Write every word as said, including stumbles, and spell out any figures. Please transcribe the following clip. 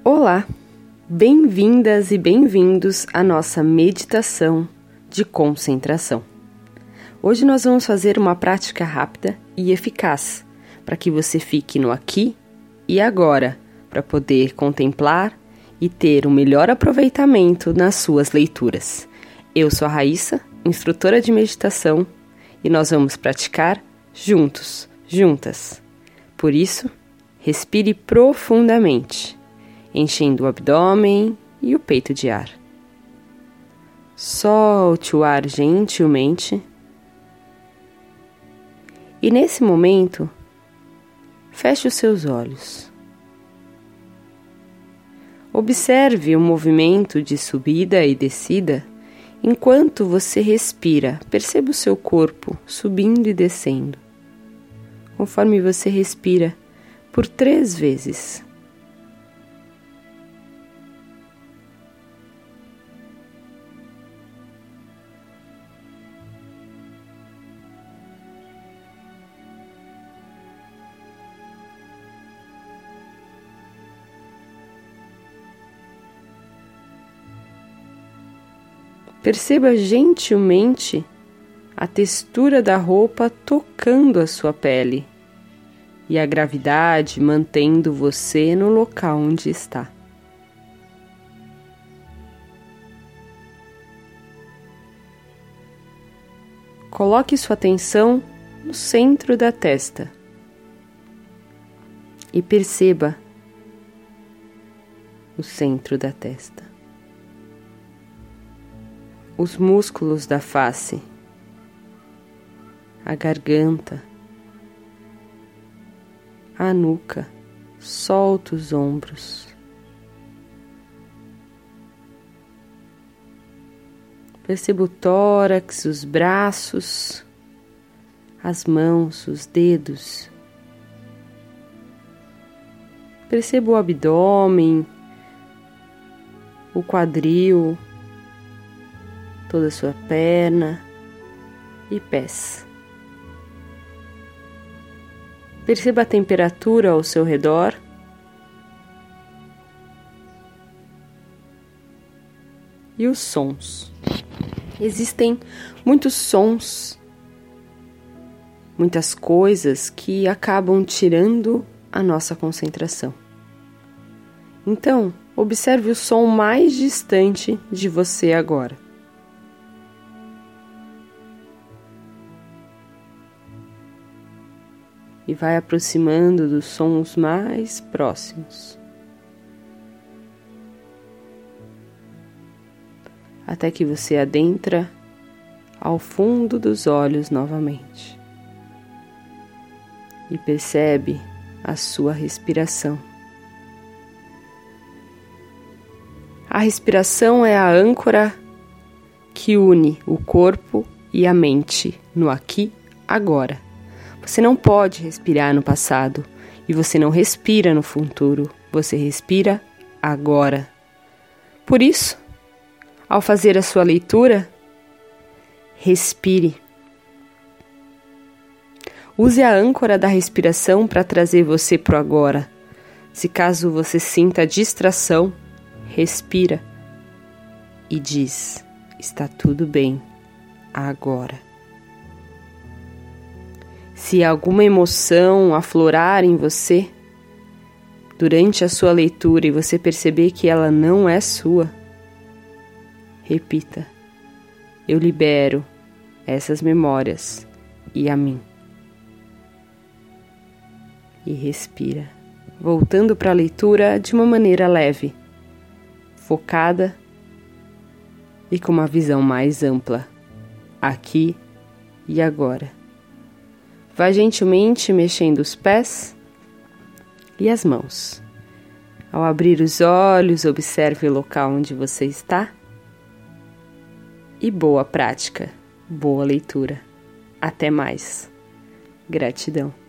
Olá, bem-vindas e bem-vindos à nossa meditação de concentração. Hoje nós vamos fazer uma prática rápida e eficaz para que você fique no aqui e agora, para poder contemplar e ter um melhor aproveitamento nas suas leituras. Eu sou a Raíssa, instrutora de meditação, e nós vamos praticar juntos, juntas. Por isso, respire profundamente, enchendo o abdômen e o peito de ar. Solte o ar gentilmente. E nesse momento, feche os seus olhos. Observe o movimento de subida e descida enquanto você respira. Perceba o seu corpo subindo e descendo, conforme você respira por três vezes. Perceba gentilmente a textura da roupa tocando a sua pele e a gravidade mantendo você no local onde está. Coloque sua atenção no centro da testa e perceba o centro da testa. Os músculos da face, a garganta, a nuca, solta os ombros. Perceba o tórax, os braços, as mãos, os dedos. Perceba o abdômen, o quadril, toda a sua perna e pés. Perceba a temperatura ao seu redor. E os sons. Existem muitos sons, muitas coisas que acabam tirando a nossa concentração. Então, observe o som mais distante de você agora. E vai aproximando dos sons mais próximos, até que você adentra ao fundo dos olhos novamente e percebe a sua respiração. A respiração é a âncora que une o corpo e a mente no aqui, agora. Você não pode respirar no passado e você não respira no futuro, você respira agora. Por isso, ao fazer a sua leitura, respire. Use a âncora da respiração para trazer você para o agora. Se caso você sinta distração, respira e diz: está tudo bem agora. Se alguma emoção aflorar em você durante a sua leitura e você perceber que ela não é sua, repita: eu libero essas memórias e a mim. E respira, voltando para a leitura de uma maneira leve, focada e com uma visão mais ampla, aqui e agora. Vá gentilmente mexendo os pés e as mãos. Ao abrir os olhos, observe o local onde você está. E boa prática, boa leitura. Até mais. Gratidão.